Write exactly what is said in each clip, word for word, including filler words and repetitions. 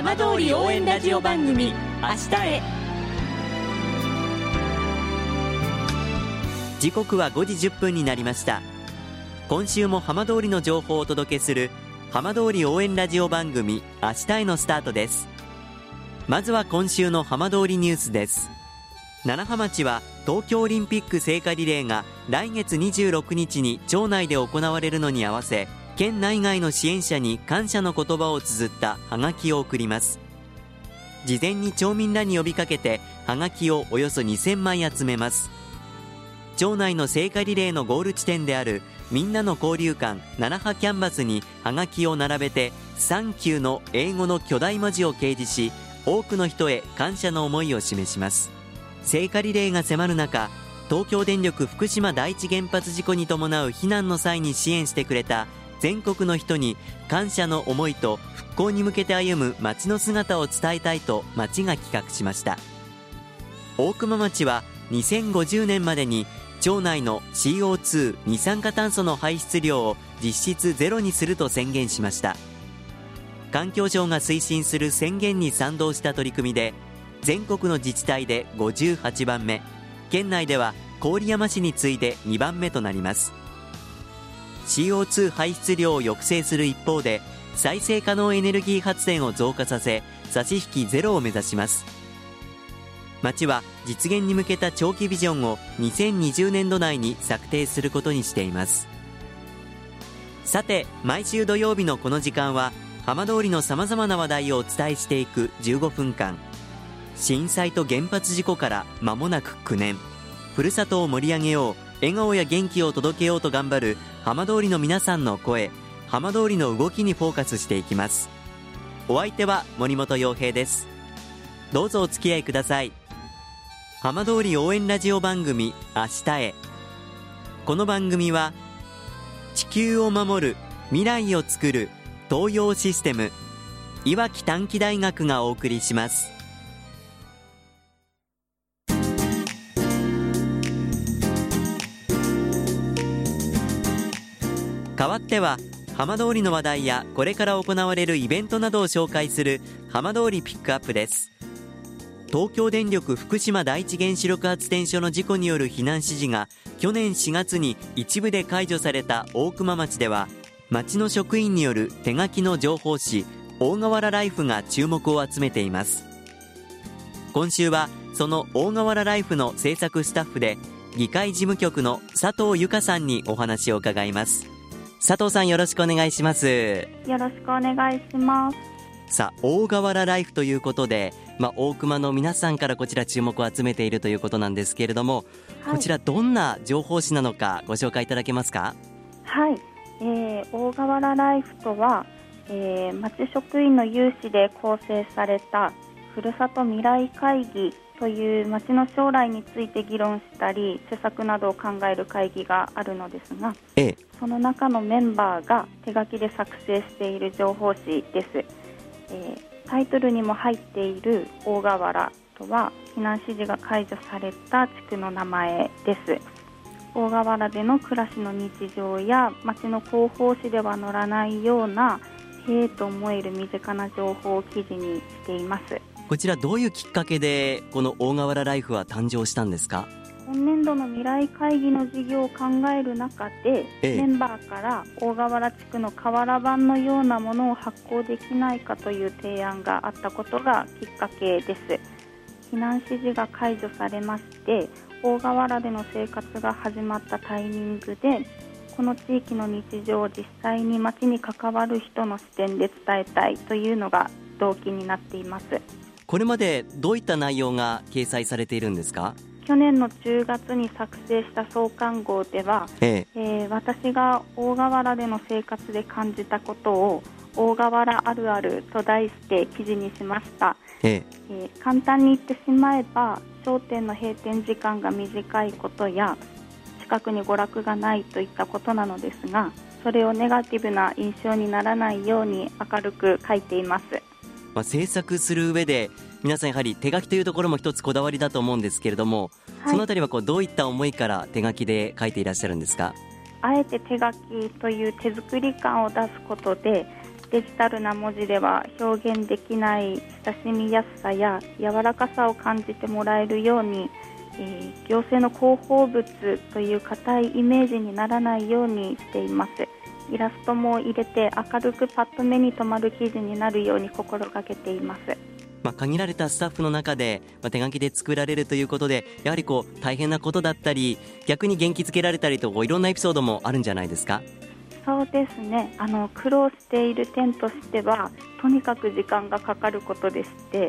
浜通り応援ラジオ番組明日へ。 時刻はごじじゅっぷんになりました。今週も浜通りの情報をお届けする浜通り応援ラジオ番組明日へのスタートです。まずは今週の浜通りニュースです。楢葉町は東京オリンピック聖火リレーが来月にじゅうろくにちに町内で行われるのに合わせ、県内外の支援者に感謝の言葉を綴ったハガキを送ります。事前に町民らに呼びかけてハガキをおよそにせんまい集めます。町内の聖火リレーのゴール地点であるみんなの交流館楢葉キャンバスにハガキを並べてサンキューの英語の巨大文字を掲示し、多くの人へ感謝の思いを示します。聖火リレーが迫る中、東京電力福島第一原発事故に伴う避難の際に支援してくれた全国の人に感謝の思いと復興に向けて歩む町の姿を伝えたいと町が企画しました。大熊町はにせんごじゅうねんまでに町内の シーオーツー 二酸化炭素の排出量を実質ゼロにすると宣言しました。環境省が推進する宣言に賛同した取り組みで、全国の自治体でごじゅうはちばんめ、県内では郡山市に次いでにばんめとなります。 シーオーツー 排出量を抑制する一方で、再生可能エネルギー発電を増加させ、差し引きゼロを目指します。町は実現に向けた長期ビジョンをにせんにじゅうねんど内に策定することにしています。さて、毎週土曜日のこの時間は浜通りのさまざまな話題をお伝えしていくじゅうごふんかん。震災と原発事故から間もなくきゅうねん、ふるさとを盛り上げよう、笑顔や元気を届けようと頑張る浜通りの皆さんの声、浜通りの動きにフォーカスしていきます。お相手は森本洋平です。どうぞお付き合いください。浜通り応援ラジオ番組明日へ。この番組は地球を守る、未来をつくる東洋システム、いわき短期大学がお送りします。代わっては浜通りの話題やこれから行われるイベントなどを紹介する浜通りピックアップです。東京電力福島第一原子力発電所の事故による避難指示が去年しがつに一部で解除された大熊町では、町の職員による手書きの情報誌大河原ライフが注目を集めています。今週はその大河原ライフの制作スタッフで議会事務局の佐藤由香さんにお話を伺います。佐藤さん、よろしくお願いします。 よろしくお願いします。 さあ、大河原ライフということで、まあ、大熊の皆さんからこちら注目を集めているということなんですけれども、はい、こちらどんな情報誌なのかご紹介いただけますか？ はい、えー、大河原ライフとは、えー、町職員の有志で構成されたふるさと未来会議という町の将来について議論したり施策などを考える会議があるのですが、ええ、その中のメンバーが手書きで作成している情報誌です。えー、タイトルにも入っている大河原とは避難指示が解除された地区の名前です。大河原での暮らしの日常や町の広報誌では載らないようなへえと思える身近な情報を記事にしています。 こちらどういうきっかけでこの大河原ライフは誕生したんですか？ 今年度の未来会議の事業を考える中で、ええ、メンバーから大河原地区の瓦版のようなものを発行できないかという提案があったことがきっかけです。避難指示が解除されまして、大河原での生活が始まったタイミングで、この地域の日常を実際に町に関わる人の視点で伝えたいというのが動機になっています。 これまでどういった内容が掲載されているんですか？ 去年のじゅうがつに作成した創刊号では、えええー、私が大河原での生活で感じたことを大河原あるあると題して記事にしました。えええー、簡単に言ってしまえば、商店の閉店時間が短いことや近くに娯楽がないといったことなのですが、それをネガティブな印象にならないように明るく書いています。 まあ、制作する上で皆さんやはり手書きというところも一つこだわりだと思うんですけれども、はい、そのあたりはこうどういった思いから手書きで書いていらっしゃるんですか？ あえて手書きという手作り感を出すことで、 デジタルな文字では表現できない親しみやすさや柔らかさを感じてもらえるように、えー、行政の広報物という固いイメージにならないようにしています。イラストも入れて明るくパッと目に留まる記事になるように心がけています。 まあ、限られたスタッフの中で、まあ、手書きで作られるということで、やはりこう大変なことだったり、逆に元気づけられたりと、こういろんなエピソードもあるんじゃないですか？ そうですね、あの苦労している点としては、とにかく時間がかかることでして、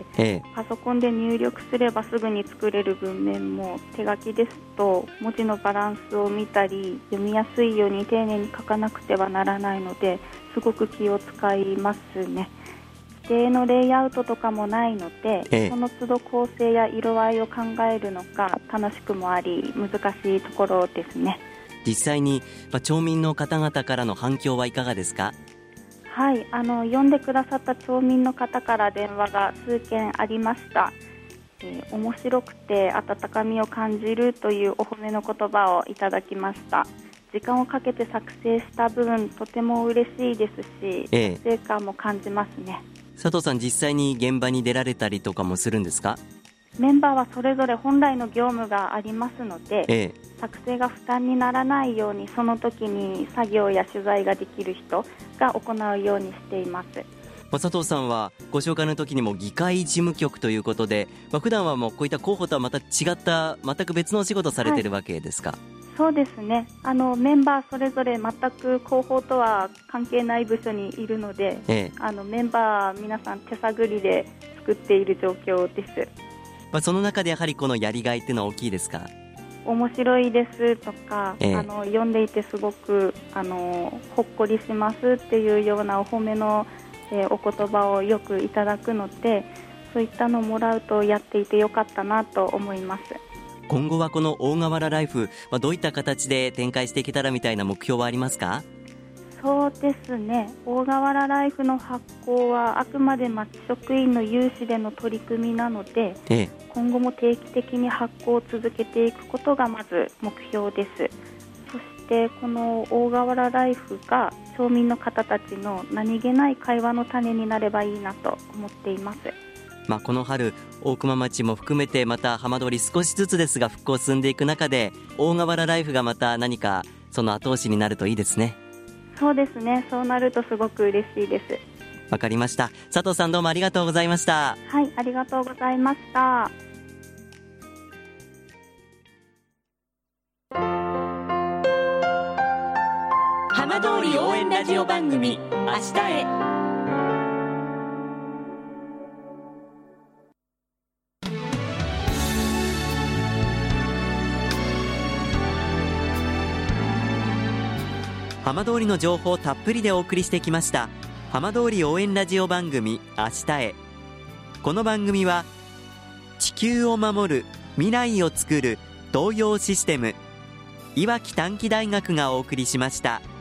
ええ、パソコンで入力すればすぐに作れる文面も、手書きですと文字のバランスを見たり読みやすいように丁寧に書かなくてはならないので、すごく気を使いますね。規定のレイアウトとかもないので、ええ、その都度構成や色合いを考えるのが楽しくもあり、難しいところですね。 実際に、まあ、町民の方々からの反響はいかがですか？ はい、あの読んでくださった町民の方から電話が数件ありました。えー、面白くて温かみを感じるというお褒めの言葉をいただきました。時間をかけて作成した分、とても嬉しいですし、ええ、成果も感じますね。 佐藤さん、実際に現場に出られたりとかもするんですか？ メンバーはそれぞれ本来の業務がありますので、ええ、作成が負担にならないように、その時に作業や取材ができる人が行うようにしています。 まあ、佐藤さんはご紹介の時にも議会事務局ということで、まあ、普段はもうこういった候補とはまた違った全く別のお仕事されているわけですか？はい、 そうですね、あのメンバーそれぞれ全く広報とは関係ない部署にいるので、ええ、あのメンバー皆さん手探りで作っている状況です。 まあ、その中でやはりこのやりがいっていうのは大きいですか？ 面白いですとか、ええ、あの読んでいてすごくあのほっこりしますっていうようなお褒めの、えー、お言葉をよくいただくので、そういったのをもらうとやっていてよかったなと思います。 今後はこの大河原ライフ、まあ、どういった形で展開していけたらみたいな目標はありますか？ そうですね、大河原ライフの発行はあくまで町職員の有志での取り組みなので、ええ、今後も定期的に発行を続けていくことがまず目標です。そしてこの大河原ライフが町民の方たちの何気ない会話の種になればいいなと思っています。 まあ、この春大熊町も含めてまた浜通り少しずつですが復興を進んでいく中で、大河原ライフがまた何かその後押しになるといいですね。 そうですね、そうなるとすごく嬉しいです。 わかりました。佐藤さん、どうもありがとうございました。 はい、ありがとうございました。 浜通り応援ラジオ番組、明日へ。 浜通りの情報をたっぷりでお送りしてきました浜通り応援ラジオ番組、明日へ。この番組は地球を守る未来をつくる東洋システム、いわき短期大学がお送りしました。